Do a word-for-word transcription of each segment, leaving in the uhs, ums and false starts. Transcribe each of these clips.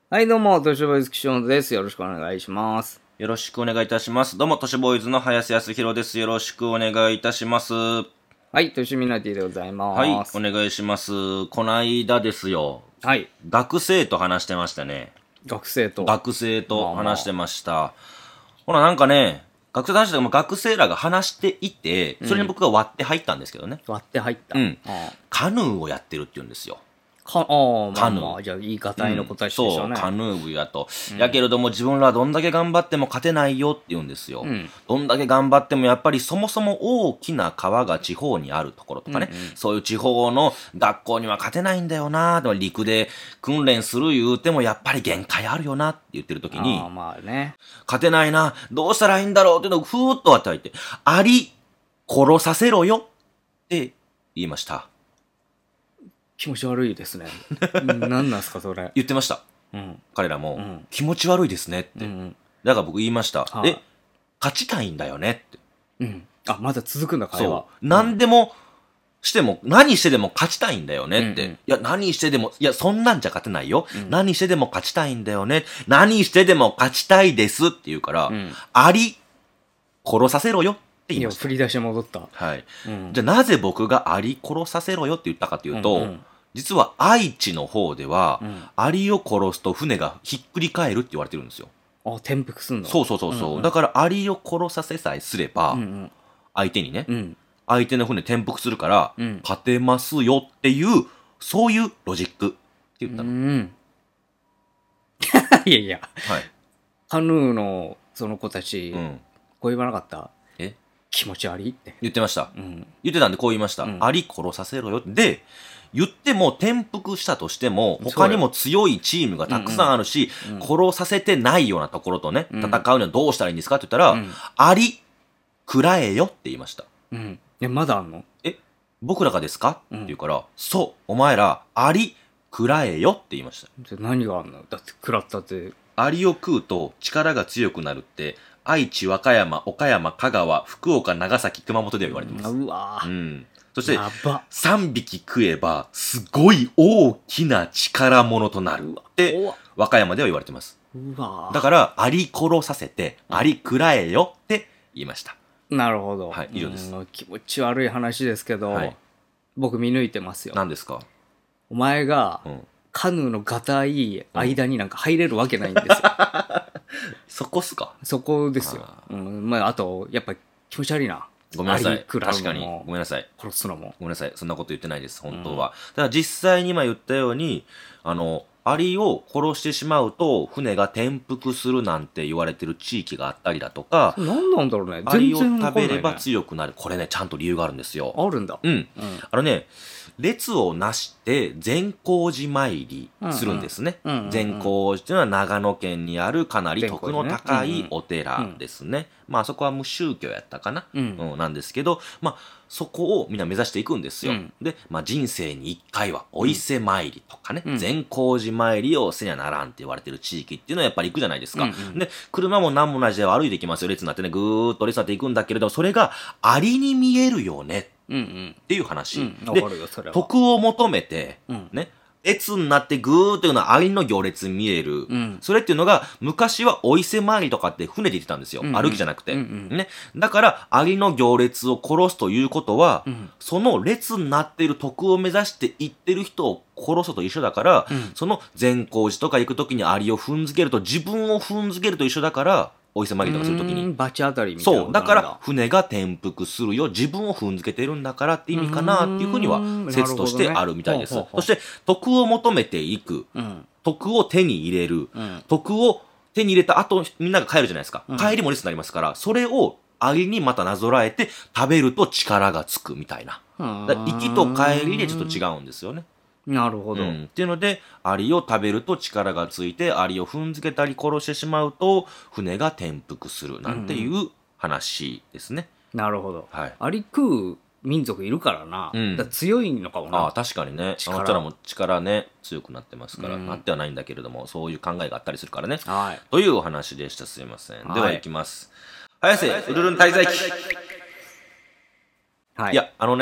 はい、どうも、都市ボーイズ岸本です。よろしくお願いします。 よろしくお願いいたします。どうも、都市ボーイズの林康弘です。よろしくお願いいたします。ははい、都市ミナティでございい、 ます。 お願いします。こないだですよ。 はい、 学生と話してましたね。 学生と。 学生と話してました。ほら、なんかね、学生と話しても学生らが話していて、それに僕が割って入ったんですけどね。 割って入った。 うんあカヌーをやってるって言うんですよ。 かあ、まあカヌーまあ、じゃあ、言い方の答えでしょうそう、 ね。 カヌー部やと。やけれども自分らはどんだけ頑張っても勝てないよって言うんですよ。 んどんだけ頑張ってもやっぱりそもそも大きな川が地方にあるところとかね、そういう地方の学校には勝てないんだよなでも陸で訓練する言うてもやっぱり限界あるよなって言ってる時にああ、、まあね。 勝てないな、どうしたらいいんだろうっていうのをふーっと割って入って、アリ、殺させろよって言いました。 気持ち悪いですね。何なんすか、それ。 言ってました。 うん。 彼らも、 ん気持ち悪いですねって。 うん。 だから僕言いました。 はいえ、勝ちたいんだよねって。 うん。あ、まだ続くんだ、会話。 そう。何でもしても、何してでも勝ちたいんだよねって。 うんうんいや、何してでも、いや、そんなんじゃ勝てないよ。何してでも勝ちたいんだよね。何してでも勝ちたいですって言うから、 んアリ、殺させろよって言いや、 いました。 振り出し戻った。 はい。 うん。 じゃあなぜ僕がアリ殺させろよって言ったかというと、 うんうん実は愛知の方では、 んアリを殺すと船がひっくり返るって言われてるんですよ。 あ、転覆すんの。 そうそうそうそう。 うんうんだからアリを殺させさえすれば、 うん相手にね、 うん。うん。 相手の船転覆するから、 うん勝てますよっていう、そういうロジックって言ったの。 うん。いやいや、 はい。 カヌーのその子たち、 うん。 こう言わなかった？ え気持ち悪いって。 言ってました。 うん。 言ってたんでこう言いました。 うんアリ殺させろよ。で、言っても転覆したとしても、 そうよ他にも強いチームがたくさんあるし、殺させてないようなところとね、戦うにはどうしたらいいんですかって言ったら、 んアリ、食らえよって言いました。 うん。え、まだあんの？ え、僕らがですかって言うから、そう、お前ら、アリ、食らえよって言いました。 で何があんの？だって食らったって。 アリを食うと力が強くなるって、愛知、和歌山、岡山、香川、福岡、長崎、熊本では言われてます。 うわー、 うん。そして、 やば。 さんびき食えば、すごい大きな力者となるってうわ、 和歌山では言われてます。 うわーだから、アリ殺させて、アリ食らえよって言いました。 なるほど。 はい以上ですうん気持ち悪い話ですけど、 はい僕見抜いてますよ。 何ですか？ お前が、 うん。 カヌーのがたいい間になんか入れるわけないんですよ。 そこっすか？ そこですよあ。 うん、まあ、あと、やっぱ気持ち悪いな。 ごめんなさい。 アリ食らう確かに。 のもごめんなさい。 殺すのも。 ごめんなさい。そんなこと言ってないです、本当は。ただ実際に今言ったように、あの、アリを殺してしまうと、船が転覆するなんて言われてる地域があったりだとか、 何なんだろうね。 アリを全然わ食べればかんないね。 強くなる。これね、ちゃんと理由があるんですよ。 あるんだ。 うん。あのね、列をなして善光寺参りするんですね。 うんうんうんうん善光寺というのは長野県にあるかなり徳の高いお寺ですね。まあそこは無宗教やったかな、 うんうんなんですけど、まあそこをみんな目指していくんですよ。 うんで、まあ人生に一回はお伊勢参りとかね、 うん善光寺参りをせにゃならんって言われてる地域っていうのはやっぱり行くじゃないですか。 うんうんで、車も何もない時代は歩いていきますよ。列になってね、ぐーっと列になっていくんだけれど、それがアリに見えるよねうんうん。 っていう話。 うんわでかるよそれは徳を求めて、 うんね、列になってぐーっていうのはアリの行列に見える、 んそれっていうのが、昔はお伊勢参りとかって船で行ってたんですよ。 んうん歩きじゃなくて、 うんうんね。だから、アリの行列を殺すということは、 んその列になっている徳を目指して行ってる人を殺すと一緒だから、 んその善光寺とか行くときにアリを踏んづけると自分を踏んづけると一緒だから、お伊勢参りとかするときにうーん。バチ当たりみたいなそう。 ことなんだから、船が転覆するよ。自分を踏んづけてるんだからって意味かなっていうふうにはうーん説としてあるみたいです。 なるほどねそして、徳を求めていく。 うん徳を手に入れる。 うん徳を手に入れた後、みんなが帰るじゃないですか。帰りも列になりますから、それをアリにまたなぞらえて食べると力がつくみたいな。だから行きと帰りでちょっと違うんですよね。 なるほど、 うん、っていうので、アリを食べると力がついて、アリを踏んづけたり殺してしまうと、船が転覆するなんていう話ですね。 なるほど、 はいアリ食う民族いるからな、 うんだから強いのかもな。 ああ、確かにね。あ力の人らも力ね、強くなってますから、 うんなってはないんだけれども、そういう考えがあったりするからね。 はいというお話でした。すいません。 はいでは行きます。早瀬、うるるん滞在記。 はいいや、あのね、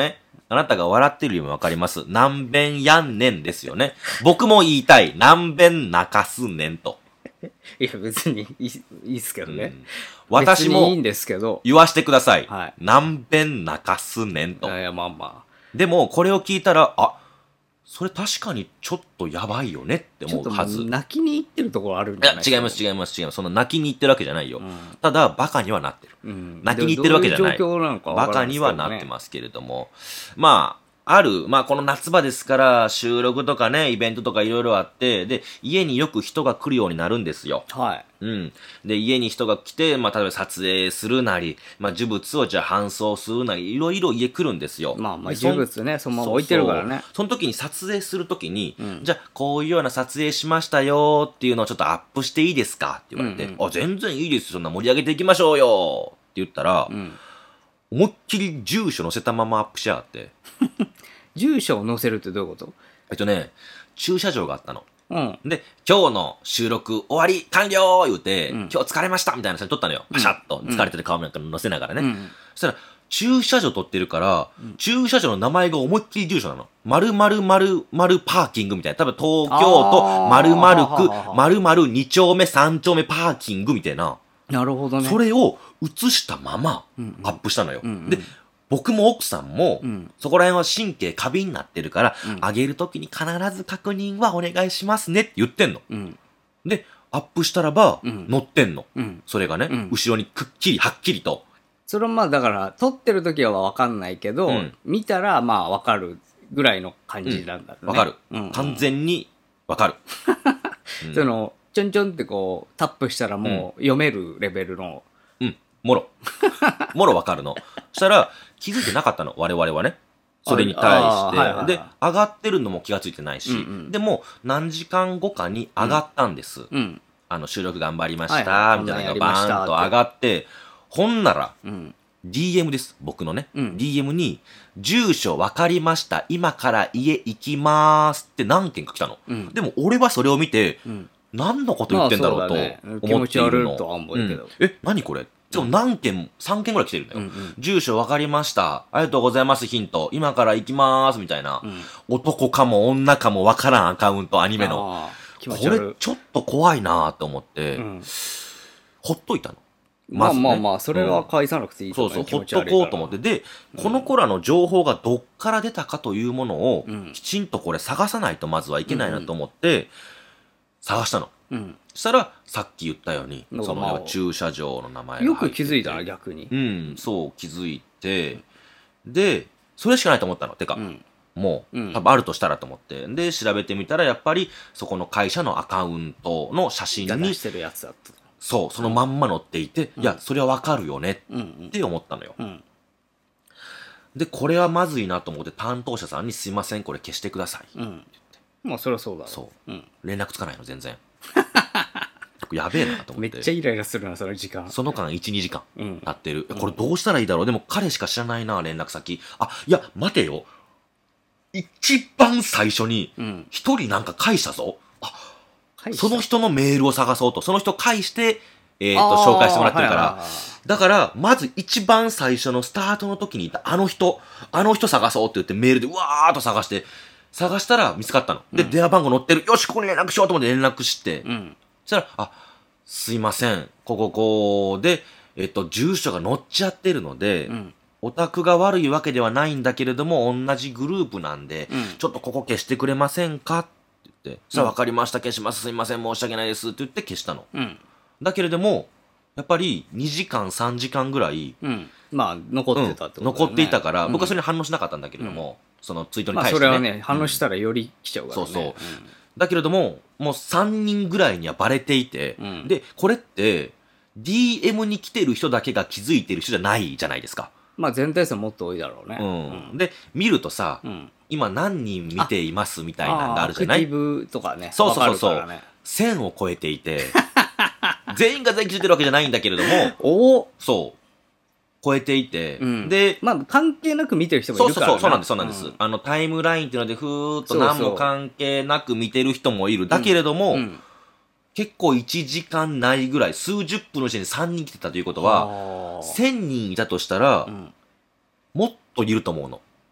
あなたが笑ってるよりもわかります。何遍やんねんですよね。僕も言いたい。何遍泣かすねんと。 いや、別にいいいいっすけどね。 うん、私も別にいいんですけど。 言わしてください。 はい、 何遍泣かすねんと。 いや、まあまあ。 でも、これを聞いたら、あ、それ確かにちょっとやばいよねって思うはず。 ちょっと泣きに行ってるところあるんいや、 じゃないですか。 違います、違います、違います。その泣きに行ってるわけじゃないよ。 うん、 ただ、バカにはなってる。 うん、 泣きに行ってるわけじゃない。 どういう状況なのかバカにはなってますけれども。まあ、ある、まあこの夏場ですから、収録とかね、イベントとかいろいろあって、で、家によく人が来るようになるんですよ。 はい。 うん。で、家に人が来て、まあ例えば撮影するなり、まあ呪物をじゃあ搬送するなり、いろいろ家来るんですよ。 まあまあ、 でそん呪物ね、そのまま置いてるからね。 そうそうその時に撮影する時に、 うん、 じゃあこういうような撮影しましたよっていうのをちょっとアップしていいですかって言われて、 うんうん、 あ、全然いいですよ。そんな盛り上げていきましょうよって言ったら、 うん、 思いっきり住所載せたままアップしやがって。 住所を載せるってどういうこと？ えっとね、駐車場があったの。 うん。 で、今日の収録終わり完了言うて、 うん、 今日疲れましたみたいな写真撮ったのよ。パシャッと。疲れてる顔なんか載せながらね。 うん、 そしたら、駐車場撮ってるから、うん、駐車場の名前が思いっきり住所なの。〇〇〇〇パーキングみたいな。多分東京都〇〇区〇〇に丁目さん丁目パーキングみたいな。 なるほどね。 それを写したままアップしたのよ。うんうん、で、僕も奥さんも、うん、そこら辺は神経過敏になってるから、うん、あげるときに必ず確認はお願いしますねって言ってんの。うん、で、アップしたらば、うん、載ってんの。うん、それがね、うん、後ろにくっきり、はっきりと。 それはまあだから、撮ってる時はわかんないけど、うん、見たらまあわかるぐらいの感じなんだね。 わ、うん、かる、うんうん。完全にわかる。 うん、その、ちょんちょんってこう、タップしたらもう読めるレベルの。 うん、もろ。もろわかるの。そしたら、気づいてなかったの、我々はね。それに対して。はいはいはい、で、上がってるのも気がついてないし、うんうん、でも、何時間後かに上がったんです。うん、あの、収録頑張りました、はいはい、みたいなのがバーンと上がって、ほんなら、うん、ディーエム です、僕のね。うん、ディーエム に、住所分かりました、今から家行きまーすって何件か来たの。うん、でも、俺はそれを見て、うん、何のこと言ってんだろうと思っているの。まあね、気持ち悪いとは思うけど。うん、え、何これでも何件、さんけんぐらい来てるんだよ。うんうん、住所分かりました。ありがとうございます、ヒント。今から行きまーす、みたいな。うん、男かも女かも分からんアカウント、アニメの。これちょっと怖いなーと思って、うん、ほっといたの。 まずね、まあまあまあ、それは返さなくていいと思う、 うん、そうそう、ほっとこうと思って。で、うん、この子らの情報がどっから出たかというものを、うん、きちんとこれ探さないとまずはいけないなと思って、うん、探したの。うん、そしたら、さっき言ったように、その駐車場の名前がよく気づいたな、逆に。 うん、そう、気づいて、で、それしかないと思ったの。てか、うん、もう、うん、多分あるとしたらと思って。で、調べてみたら、やっぱり、そこの会社のアカウントの写真に、 してるやつだった。 そう、そのまんま載っていて、うん、いや、それはわかるよね、って思ったのよ。うんうん、で、これはまずいなと思って、担当者さんに、すいません、これ消してください。って言って。 まあ、そりゃそうだろう。 そう。うん、連絡つかないの、全然。やべえなと思って。 めっちゃイライラするな、その時間。 その間、いち、にじかん経ってる。うん、これどうしたらいいだろう。でも彼しか知らないな、連絡先。あ、いや、待てよ。一番最初に、一人なんか返したぞ。あ、その人のメールを探そうと。その人返して、えっと、紹介してもらってるから。だから、まず一番最初のスタートの時にいたあの人、あの人探そうって言ってメールでうわーっと探して、探したら見つかったの。で、うん、電話番号載ってる。よし、ここに連絡しようと思って連絡して、うん、そしたら、あ、すいません。ここ、こうで、えっと、住所が載っちゃってるので、うん、お宅が悪いわけではないんだけれども、同じグループなんで、うん、ちょっとここ消してくれませんかって言って、さあ、わかりました、消します、すいません、申し訳ないですって言って消したの。うん、だけれども、やっぱりにじかん、さんじかんぐらい、 うん、まあ、残ってたってことだよね、 うん、残っていたから、僕はそれに反応しなかったんだけれども、うん、そのツイートに対して、 ね。まあ、それはね、反応したらより来ちゃうからね。 そうそう。うん、だけれども、もうさんにんぐらいにはバレていて、うん、で、これって、ディーエム に来てる人だけが気づいてる人じゃないじゃないですか。 まあ全体数はもっと多いだろうね。 うん。うん、で、見るとさ、うん、今何人見ていますみたいなのがあるじゃない？ アクティブとかね。 そうそうそう。ね、せんを超えていて、全員が全員気づいてるわけじゃないんだけれども、 おそう。超えていて、 うん、で、まあ関係なく見てる人もいるから、ね、 そうそうそう、そうなんです、そうなんです。うん、あのタイムラインっていうので、ふーっと何も関係なく見てる人もいる。だけれども、うんうん、結構いちじかんないぐらい、数十分のうちにさんにん来てたということは、せんにんいたとしたら、うん、もっといると思うの。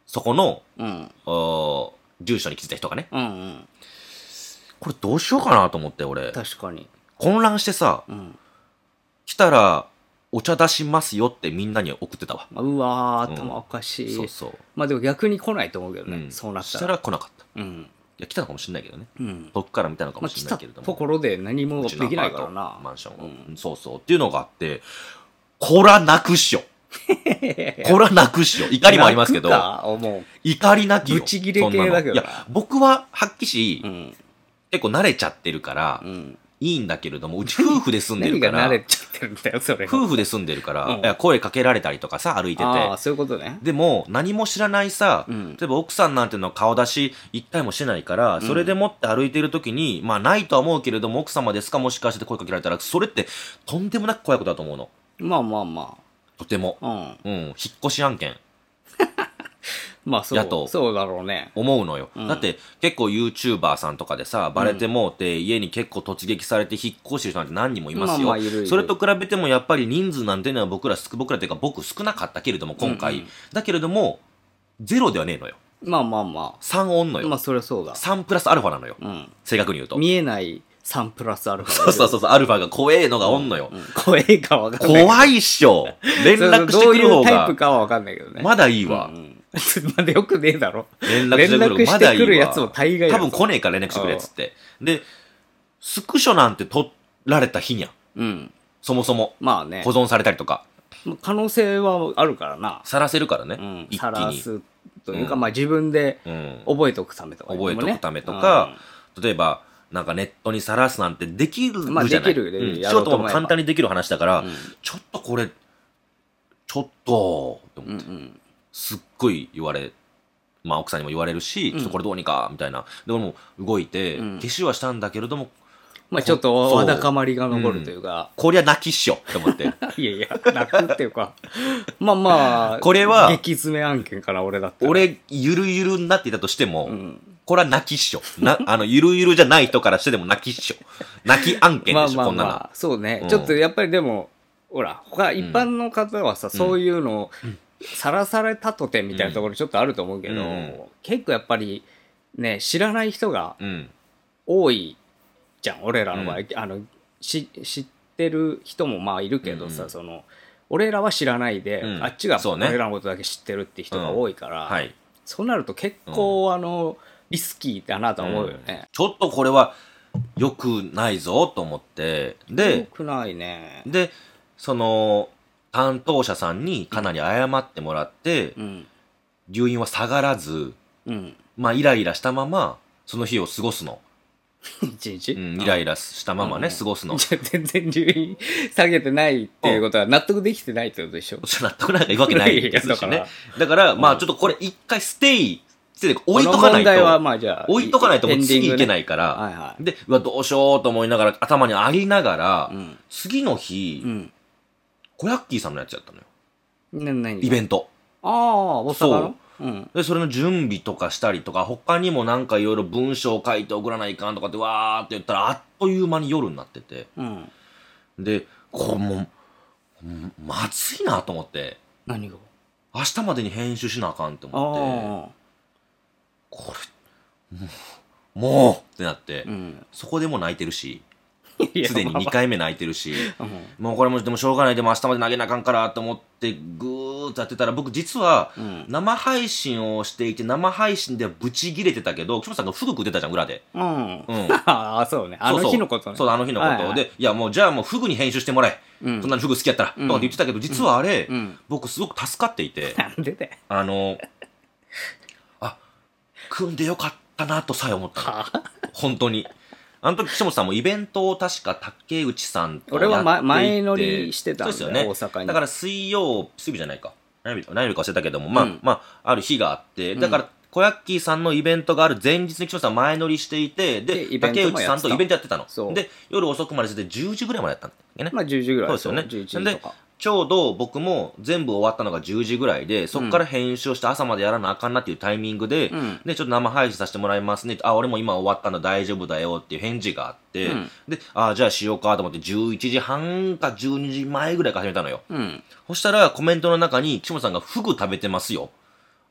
そこの、 うん。 お住所に気づいた人がね。 うんうん。 これどうしようかなと思って、俺。 確かに。 混乱してさ、 うん。 来たら、お茶出しますよってみんなに送ってたわ。 うわー、 うん頭おかしい。 そうそう。 まあでも逆に来ないと思うけどね。 うんそうなったら。 したら来なかった。 うん。 いや、来たのかもしれないけどね。 うん。 遠くから見たのかまあ来たもしれないけれども。 ところで何もできないからうちのアパーなト。マンションを、 うんそうそう。っていうのがあって、こらなくっしょ。こらなくっしょ。怒りもありますけど、 泣くか思う。 怒りなきよ。 ブチギレ系そんなのだけどないや、僕は、はっきし、 うん。 結構慣れちゃってるから、 うん。 いいんだけれども、うち夫婦で住んでる何から、 が慣れちゃってるんだよ、それ。 夫婦で住んでるから、 うんいや声かけられたりとかさ、歩いてて。 ああ、そういうことね。 でも、何も知らないさ、 うん例えば奥さんなんていうのは顔出し一回もしてないから、それでもって歩いてる時に、まあないとは思うけれども、奥様ですかもしかして声かけられたら、それってとんでもなく怖いことだと思うの。 まあまあまとても。 あ。うん。 うん、引っ越し案件。 まあやとそう。そうだろうね。 思うのよ、 うんだって結構 YouTuber さんとかでさバレてもうて、家に結構突撃されて引っ越してる人なんて何人もいますよ、 まあまあいるいるそれと比べてもやっぱり人数なんていうのは僕ら僕らっていうか僕少なかったけれども今回、 うんうんだけれどもゼロではねえのよまあまあまさんおんのあ。 よ、 まあそりゃそうだ。 さんプラスアルファなのよ、 うん。 正確に言うと見えないさんプラスアルファ。 そうそうそうそうアルファが怖えのがおんのよ、 うん怖いかわかんない。 怖いっしょ連絡してくる方どういうタイプがかはわかんないけどね。 まだいいわ、 うんうんまだよくねえだろ。 連絡してくる連絡してまだいいわくるやつも大概だぞ多分来ねえから連絡してくれっつってでスクショなんて取られた日にゃうん。 そもそもまあね保。存されたりとか可能性はあるからな。 さらせるからね、 うん。 一気に、 さらすというか、 うんまあ自分でうん、 覚えておくためとかね、 覚えておくためとか、例えばなんかネットにさらすなんてできるじゃない、 まあできるでうん、 やしようともろうと思えば簡単にできる話だから、 うんちょっとこれちょっとってうん。う思って、 んうん。 すっごい言われまあ奥さんにも言われるし、 うんちょっとこれどうにかみたいなで俺も動いて、 うん消しはしたんだけれどもまあちょっとそうわだかまりが残るというか、 こりゃ泣きっしょって思っていやいや、泣くっていうか、まあまあ、 これは激詰め案件かな、俺だったら。 俺ゆるゆるになっていたとしても、 うん。 これは泣きっしょ。な、あの、ゆるゆるじゃない人からしてでも泣きっしょ。泣き案件でしょ、 まあまあこんなの。 まあ、そうね、 うんちょっとやっぱりでも、ほら、他、一般の方はさ、そういうのを、さらされたとてみたいなところちょっとあると思うけど、 うん結構やっぱり、ね、知らない人がうん。 多いじゃん、俺らの場合。 うあの、し知ってる人もまあいるけどさ、 うんその、俺らは知らないで、 うんあっちがそうね俺らのことだけ知ってるって人が多いから、 はい。 そうなると結構、あの、リスキーだなとは思うよね。 ちょっとこれは良くないぞと思って。 よで、 くないね。 で、その、担当者さんにかなり謝ってもらって、 うん。 留飲は下がらず、 うん。 まあ、イライラしたまま、その日を過ごすの。 一日、 うん、イライラしたままね、 うん過ごすの。 じゃあ全然順位下げてないっていうことは納得できてないってことでしょ。 それ納得なんかいいわけないですしいやね。だから、まあちょっとこれ一回ステイ、ステイで置いとかないこの問題はと、 まあじゃあ置いとかないともう次いけないいから、 はいはで、うわ、どうしようと思いながら、頭にありながら、 うん次の日、 うんコヤッキーさんのやつやったのよ。 な何イベント。 ああ大阪のうんで、それの準備とかしたりとか、他にもなんかいろいろ文章を書いて送らないかんとかってわーって言ったら、あっという間に夜になってて。 うんで、これもう、うんまずいなと思って、 何が明日までに編集しなあかんってあ思って、 あこれ、もう、もうってなって、 うんそこでもう泣いてるし、 いやすでににかいめ泣いてるし、 うんもうこれもでもしょうがない、でも明日まで投げなあかんからと思って、ぐーっとやってたら、僕実はうん生配信をしていて、生配信ではブチギレてたけど、岸本さんがフグ食ってたじゃん、裏で。 うんうんああそうねあの日のことねそうそう、あの日のこと、 はいはいで、いやもうじゃあもうフグに編集してもらえ。 うんそんなにフグ好きやったら。 うんとかって言ってたけど、実はあれ、 うん僕すごく助かっていて、 なんでだよあの、あ、組んでよかったなとさえ思ったの。 は本当に。あの時、岸本さんもイベントを確か竹内さんと俺はまやっていて前乗りしてたんだよそうですよね。 大阪にだから水曜、水曜日じゃないか。何曜日何曜日か忘れたけども、まあ、 うんまあ、ある日があって、だから、小ヤッキーさんのイベントがある前日に岸本さん前乗りしていて、で、 でイベント竹もやってた内さんとイベントやってたの。 そうで、夜遅くまでしててじゅうじぐらいまでやったんだっけね。 まあじゅうじぐらいそうですよね。 じゅういちじでとかちょうど僕も全部終わったのがじゅうじぐらいで、そこから編集をして朝までやらなあかんなっていうタイミングで、 うんで、ちょっと生配信させてもらいますね。あ、俺も今終わったんだ、大丈夫だよっていう返事があって、 うんで、あ、じゃあしようかと思ってじゅういちじはんかじゅうにじまえぐらいから始めたのよ。 うんそしたらコメントの中に、岸本さんがフグ食べてますよ。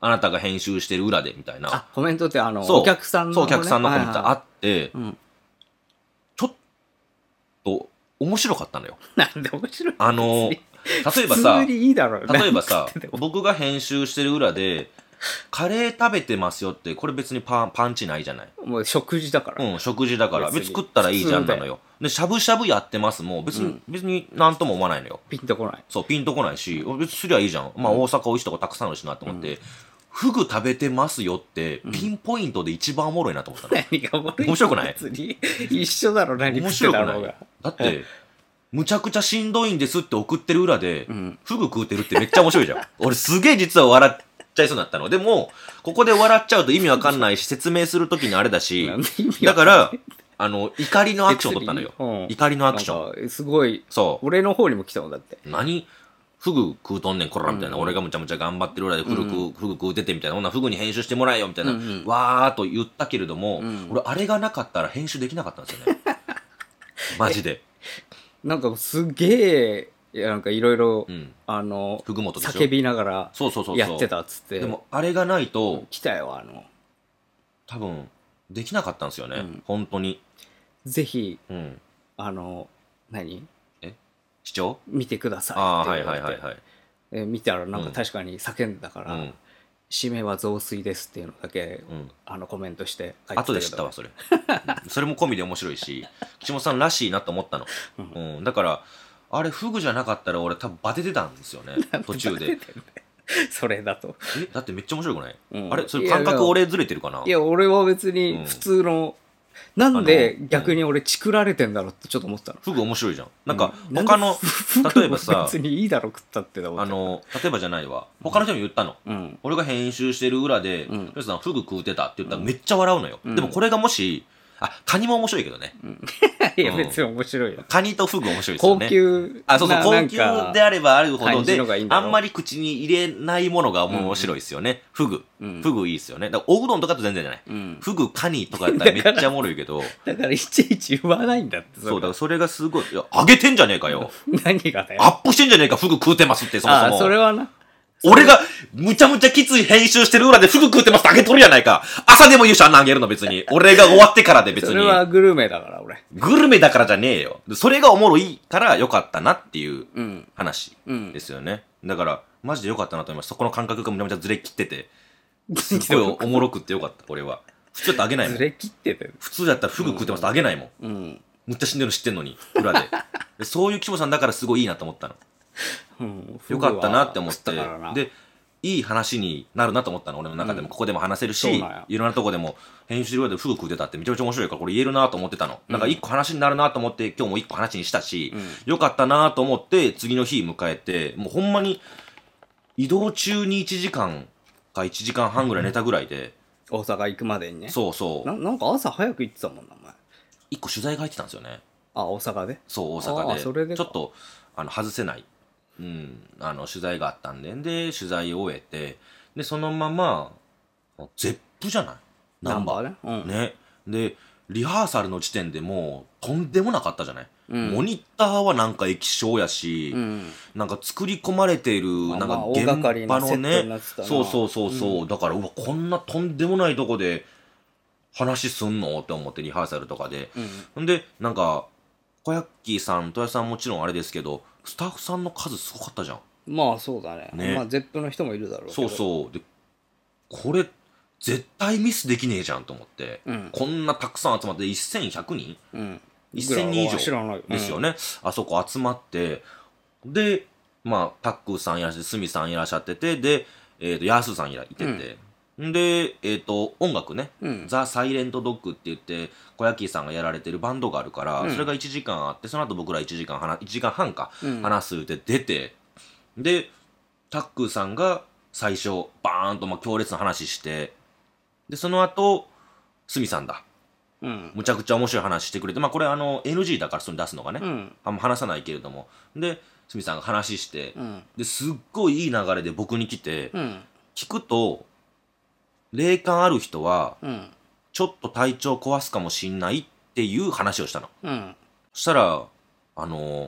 あなたが編集してる裏でみたいな。 あ、コメントってあの、 そうお客さんの、ね、 そう、お客さんのコメントあって、 はいはいうん、 ちょっと面白かったのよ。 なんで面白いあの、例えばさ、 いいだろう例えばさ、僕が編集してる裏で、カレー食べてますよって、これ別にパンパンチないじゃない。 もう食事だから。 うん、食事だから。別に食ったらいいじゃんなのよ。で、しゃぶしゃぶやってますも別に、うん、別になんとも思わないのよ。 ピンとこない。 そう、ピンとこないし、別にすりゃいいじゃん。まあ、大阪美味しいとこたくさんあるしなと思って、うん、フグ食べてますよって、ピンポイントで一番おもろいなと思ったの。 何がおもろい？ 面白くない？ 別に一緒だろ、何面白くない？だって、むちゃくちゃしんどいんですって送ってる裏で、うん、フグ食うてるってめっちゃ面白いじゃん。俺すげえ実は笑っちゃいそうになったの。でも、ここで笑っちゃうと意味わかんないし、説明するときにあれだし、だから、あの、怒りのアクションを取ったのよ。うん、怒りのアクション。 すごい、そう。俺の方にも来たもんだって。 何フグ食うとんねん、こら、みたいな、うん。俺がむちゃむちゃ頑張ってる裏でフグ食う、うん、フグ食うてて、みたいな。ほんなフグに編集してもらえよ、みたいな。うんうん、わーっと言ったけれども、うん、俺、あれがなかったら編集できなかったんですよね。マジで。 なんかすげえ、なんかいろいろ、あの、 フグ元でしょ叫びながらやってたっつって。 でも、あれがないと、 来たよ、あの。 多分、できなかったんですよね。うん、本当に。 ぜひ、うん、あの、何え視聴見てくださいああ、はいはいはいはい。 え見たらなんか確かに叫んでたから、うん、締めは雑炊ですっていうのだけ、うん、あのコメントして書いてたけど。後で知ったわ、それ。それも込みで面白いし、岸本さんらしいなと思ったの。うん、だから、あれ、フグじゃなかったら俺多分バテてたんですよね、途中で。 それだと。 え、だってめっちゃ面白くない、うん、あれそれ感覚俺ずれてるかな。 いや、俺は別に普通の、うん、なんで逆に俺チクられてんだろうってちょっと思ってたの。 フグ面白いじゃん。なんか、他の、例えばさ、 別にいいだろ食ったって思って。 あの、例えばじゃないわ。他の人も言ったの。うん、俺が編集してる裏で、うん、よしさんフグ食うてたって言ったらめっちゃ笑うのよ。うん、でもこれがもし、あ、カニも面白いけどね。うん、 いや、別に面白いよ。 カニとフグ面白いですよね。 高級。 あ、そうそう、高級であればあるほどで、あんまり口に入れないものが面白いですよね。フグ。フグいいですよね。だから、おうどんとかと全然じゃない。フグ、カニとかやったらめっちゃおもろいけど。 だから、いちいち言わないんだって。 そう、だからそれがすごい、いや、あげてんじゃねえかよ。 何がだよ。 アップしてんじゃねえか、フグ食うてますって、そもそも。 あ、それはな。 俺が、むちゃむちゃきつい編集してる裏でフグ食うてますってあげとるやないか。朝でも言うしあんなあげるの別に。俺が終わってからで別に。 それはグルメだから俺。 グルメだからじゃねえよ。それがおもろいからよかったなっていう話ですよね。うんうん、だから、マジでよかったなと思います。そこの感覚がむちゃむちゃずれ切ってて。すごいおもろくってよかった、俺は。普通だってあげないもん。 ずれ切ってて。 普通だったらフグ食うてますってあげないもん。うん。むっちゃ死んでるの知ってんのに、裏で。でそういう岸本さんだからすごいいいなと思ったの。うん、よかったなって思って。で、いい話になるなと思ったの、俺の中でも。ここでも話せるし、いろんなとこでも編集してる上でフグ食うてたってめちゃめちゃ面白いからこれ言えるなと思ってたの。なんか一個話になるなと思って今日も一個話にしたし、よかったなと思って次の日迎えて、もうほんまに移動中にいちじかんかいちじかんはんぐらい寝たぐらいで。 大阪行くまでにね。 そうそう。 な, なんか朝早く行ってたもんな、お前。 一個取材が入ってたんですよね。 あ、大阪で？ そう、大阪で。それでちょっと、あの、外せない。うん、あの、取材があったんで、で、取材を終えて、で、そのまま、ゼップじゃないナンバーね。 うん、ね。で、リハーサルの時点でもう、とんでもなかったじゃない、うん、モニターはなんか液晶やし、うん、なんか作り込まれている、なんか現場のね、そうそうそうそう、うん、だから、うわ、こんなとんでもないとこで話すんのって思ってリハーサルとかで。うん、んで、なんか、小ヤッキーさん、豊さんもちろんあれですけど、スタッフさんの数すごかったじゃん。 まあそうだね。ね、まあゼップの人もいるだろうけど。そうそう。で、これ、絶対ミスできねえじゃんと思って。うん、こんなたくさん集まってせんひゃくにん、うん、せんにん以上ですよね、うん。あそこ集まって、で、まあ、タックーさんいらっしゃって、スミさんいらっしゃってて、で、えっ、ー、と、ヤースーさんいらいてて、うん、で、えっ、ー、と、音楽ね、うん、ザ・サイレント・ドッグって言って、小ヤキさんがやられてるバンドがあるから、うん、それがいちじかんあって、その後僕らいちじかん話、いちじかんはんか、うん、話すって出て、で、タックーさんが最初、バーンとまあ強烈な話して、で、その後、スミさんだ。うん、むちゃくちゃ面白い話してくれて、まあこれあの エヌジー だからそれに出すのがね、うん、あんま話さないけれども。で、スミさんが話して、うん、ですっごいいい流れで僕に来て、うん、聞くと、霊感ある人は、うん、ちょっと体調壊すかもしんないっていう話をしたの。うん、そしたら、あの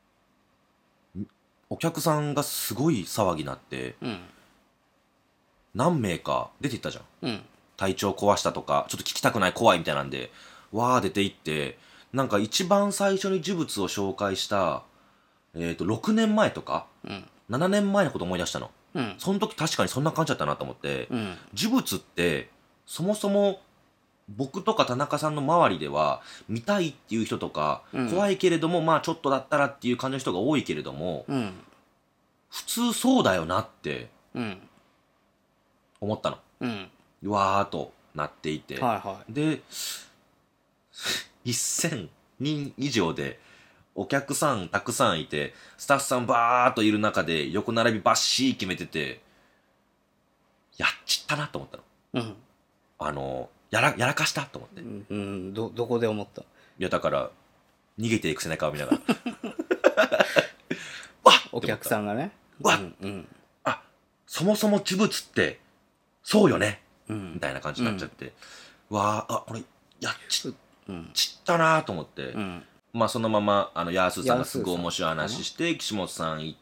ー、お客さんがすごい騒ぎになって、うん、 何名か出ていったじゃん。 うん体調壊したとか、ちょっと聞きたくない怖いみたいなんで、わー出ていって、なんか一番最初に呪物を紹介した、えっと、ろくねんまえとか、 うんななねんまえのこと思い出したの。 うんその時確かにそんな感じだったなと思って、 うん呪物って、そもそも、僕とか田中さんの周りでは、見たいっていう人とか、 うん怖いけれども、まあちょっとだったらっていう感じの人が多いけれども、 うん普通そうだよなってうん思ったの。 うんわーっとなっていて。 はいはで、せんにん以上で、お客さんたくさんいて、スタッフさんバーっといる中で、横並びバッシー決めてて、やっちったなと思ったの。 いうんあの、やら、やらかしたと思って。いうんうんどどこで思ったや、だから、逃げていく背中を見ながら。わっお客さんがねわっうんうんあ、そもそも呪物って、そうよねうんみたいな感じになっちゃって。わあ、あ、俺、やっちうんちったなと思って。 うんまあそのまま、あの、ヤースーさんがすぐヤースーさん面白い話して、岸本さん行って、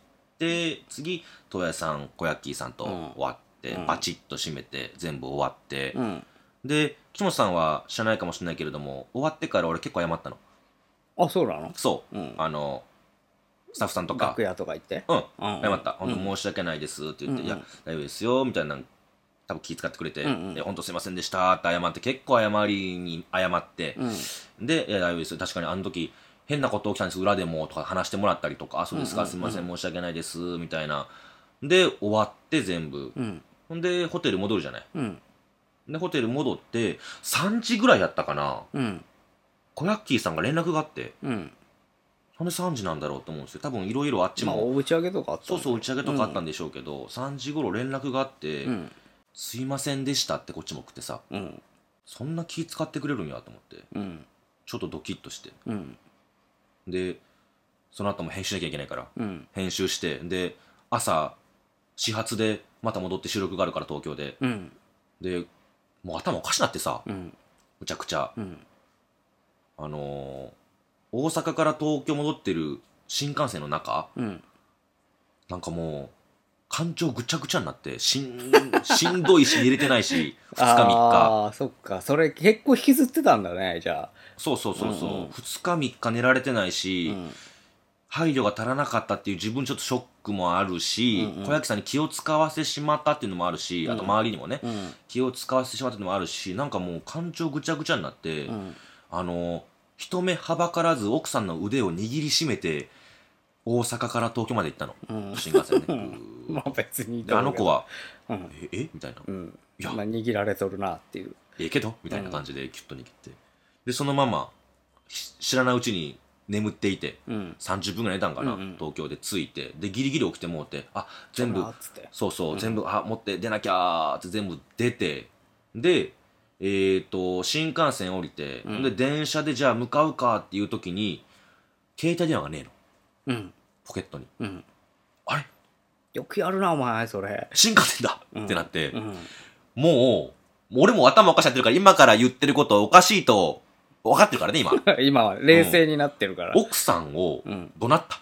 次、東谷さん、小ヤッキーさんとうん終わって、 うんバチッと締めて、全部終わって、 うんで、岸本さんは知らないかもしれないけれども、終わってから俺結構謝ったの。 あそうなのそう。 うんあの、スタッフさんとか楽、屋とか行ってうん、 うん謝った。 うん本当申し訳ないですって言って、 うんいや、大丈夫ですよ、みたいな、多分気遣ってくれて、 うんうんいや本当すいませんでしたって謝って、結構謝りに謝って、 うんで、いや、大丈夫ですよ。確かにあの時、変なこと起きたんです、裏でも、とか話してもらったりとか、あ、そうですか、 うんうんすみません、申し訳ないです、みたいな。で、終わって全部。 うんほんで、ホテル戻るじゃない。 うんで、ホテル戻って、さんじぐらいやったかな。 うん小ヤッキーさんが連絡があって、 うんなんでさんじなんだろうと思うんですよ。多分いろいろあっちまあも、 お打ち上げとかあったそうそう、打ち上げとかあったんででしょうけど、さんじ頃連絡があって、 うんすいませんでしたってこっちも送ってさ、 うんそんな気使ってくれるんやと思って、 うんちょっとドキッとして。 うんで、その後も編集しなきゃいけないから、 うん編集して、で、朝、始発でまた戻って収録があるから東京で。 うんで、もう頭おかしなってさ、 うんむちゃくちゃ。 うんあのー、大阪から東京戻ってる新幹線の中、 うんなんかもう、感情ぐちゃぐちゃになって、しん、しんどいし、寝れてないし、ふつかみっか。 ああそっかそれ結構引きずってたんだねじゃそうそうそうそう。 うんうんふつかみっか寝られてないあし、 うん配慮が足らなかったっていう自分ちょっとショックもあるし、 うんうん小焼さんに気を使わせてしまったっていうのもあるし、あと周りにもね、 うん気を使わせてしまったっていうのもあるし、なんかもう感情ぐちゃぐちゃになって、 うんあの、人目はばからず奥さんの腕を握りしめて、大阪から東京まで行ったの。 うん新幹線で。 うんまあ別にいいで、 と思うけどあの子は、 うんえ、えみたいな。 うんいやまあ握られとるなっていうええけどみたいな感じでキュッと握って。で、そのまま、し知らないうちに眠っていて、 うんさんじゅっぷんぐらい寝たんかな、 うんうん東京で着いて。で、ギリギリ起きてもうて、あ、全部そうなっつってそうそう、 うん全部、あ、持って出なきゃーって全部出て、で、えーと、新幹線降りて、 うんで、電車でじゃあ向かうかっていう時に、携帯電話がねえの。 うんポケットに。 うんあれよくやるなお前それ新幹線だ、 うんってなって、 うんもう、俺も頭おかしなってるから、今から言ってることおかしいと、分かってるからね、今。 今は冷静になってるから奥さんをうん怒鳴った。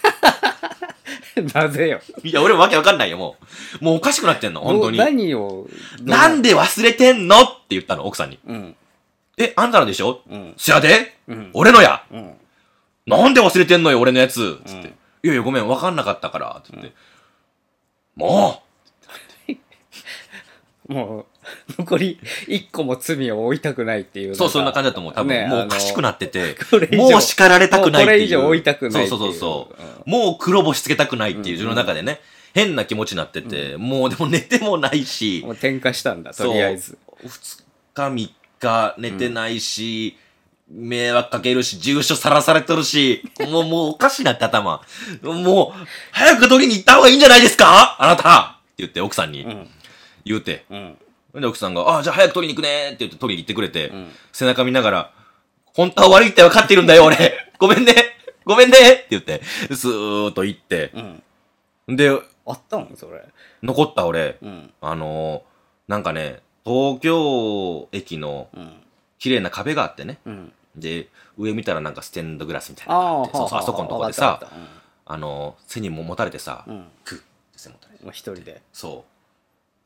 なぜよいや、俺もわけわかんないよ、もう。もうおかしくなってんの、本当に。 ど何をなんで忘れてんのって言ったの、奥さんに。 うんえ、あんたのでしょうんそやでうん俺のやうんなんで忘れてんのよ、俺のやつつって。 うんいやいや、ごめん、わかんなかったから、つって。ももう残り一個も罪を負いたくないっていうう、そう、そんな感じだと思う。多分、 ねもうおかしくなってて、 これ以上もう叱られたくないっていう。 もうこれ以上追いたくないっていうそうそうそうそう。 うんもう黒星つけたくないっていう、 うん自分の中でね、変な気持ちになってて、もうでも寝てもないし、 もう転化したんだとりあえずそうふつかみっか寝てないし、迷惑かけるし、住所さらされてるし、もう、もうおかしいなって頭。もう、早く取りに行った方がいいんじゃないですかあなたって言って奥さんにうん言うて。 うんで、奥さんが、あ、じゃあ早く取りに行くねって言って取りに行ってくれて、 うん背中見ながら、本当は悪いって分かってるんだよ、俺。ごめんね。ごめんねって言って、スーッと行って、 うんで、 あったんそれ残った俺、 うんあのー、なんかね、東京駅のうん綺麗な壁があってね。 うんで、上見たらなんかステンドグラスみたいなのがあって、 ああそうそう、あそこのとこでさわかったわかっ、 あのー、背にも持たれてさ、 たうんクッて背持たれて。 もう一人でそう。そし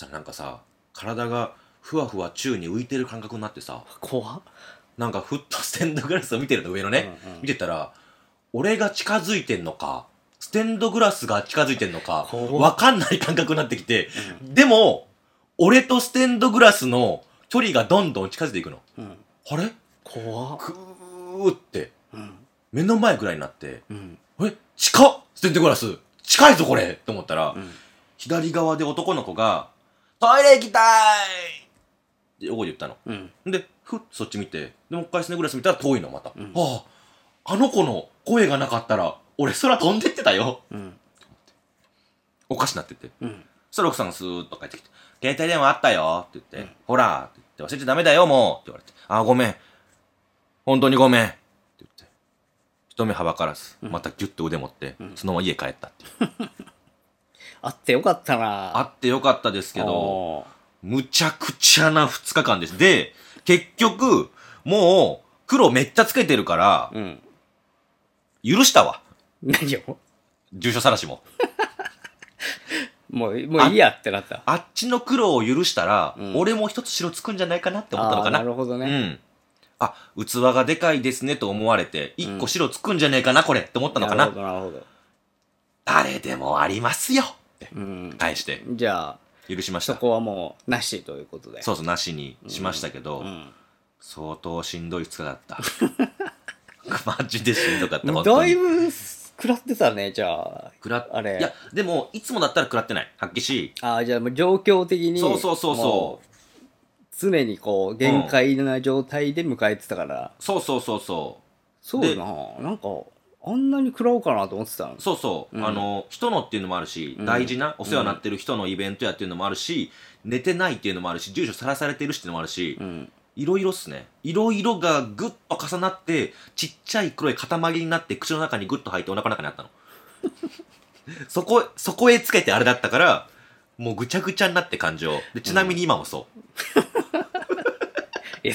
したらなんかさ、体がふわふわ宙に浮いてる感覚になってさ、 怖っ。 なんかふっとステンドグラスを見てるの、上のね、 うんうん見てたら、俺が近づいてんのか、ステンドグラスが近づいてんのか、 怖っわかんない感覚になってきて、でも、俺とステンドグラスの距離がどんどん近づいていくの。 うんあれ怖っ。 くーって、 うん目の前ぐらいになって、 うんえ、近っステンドグラス近いぞこれと思ったら、 うん左側で男の子が、トイレ行きたーいって横で言ったの。 うんで、ふっとそっち見て、で、もう一回ステンドグラス見たら遠いのまた。 うんああ、あの子の声がなかったら、俺空飛んでってたよ。 うんおかしなってて。 うんそしたら奥さんがスーッと帰ってきて、携帯電話あったよって言って、 うんほらって言って、忘れちゃダメだよもうって言われて、あーごめん。本当にごめんって言って、一目はばからず、またギュッと腕持って、 うんそのまま家帰ったっていう。 あってよかったな。 あってよかったですけど、 おむちゃくちゃなふつかかんです。で、結局、もう、黒めっちゃつけてるからー、うん許したわ。 何を住所さらしも。 もうもういいやってなった。 あっちの黒を許したら、 うん俺も一つ白つくんじゃないかなって思ったのかな。 あーなるほどね。 うん。あ、器がでかいですねと思われて、一個白つくんじゃねえかな、これって思ったのかな。 なるほどなるほど。 誰でもありますよってうん返して、 じゃあ許しました。 そこはもうなしということで。 そうそう、なしにしましたけど、 うん相当しんどいふつかだった。マジでしんどかった、 もう本当に。 だいぶ食らってたね、じゃあ。 食らっあれ。 いや、でも、いつもだったら食らってない。発揮し、 ああ、じゃあもう状況的に。 そうそうそうそもう常にこう、限界な状態で迎えてたから。 う。そうそうそうそう。 そうだな。なんか、あんなに食らおうかなと思ってたの。 そうそう、 うんあの人のっていうのもあるし、 うん大事なお世話になってる人のイベントやっていうのもあるし、寝てないっていうのもあるし、住所さらされてるしっていうのもあるし、 うん。 いろいろっすね。いろいろがぐっと重なってちっちゃい黒い塊になって口の中にグッと入ってお腹の中にあったの。そこそこへつけてあれだったからもうぐちゃぐちゃになって感情で、ちなみに今もそう、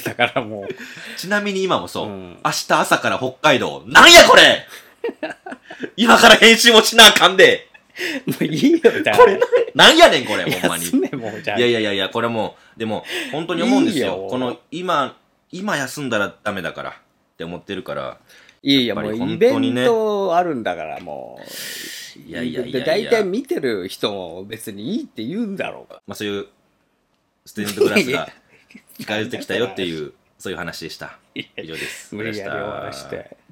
いや、だからもう。 ちなみに今もそう、 うん明日朝から北海道なんやこれ今から編集もしなあかんでもういいよ、じゃあ。 これなんやねんこれほんまに。 休め、もうじゃあ。 いやいやいやいや、これもう、でも、本当に思うんですよ。 いいよこの、今、今休んだらダメだからって思ってるから。 いやいや、 やっぱりもうイベ本当にねントあるんだから、もう。 いやいやいやいや大体見てる人も別にいいって言うんだろうが。 まあそういう、ステンドグラスが近寄ってきたよっていう、そういう話でした。以上です。 無理やり終わらして。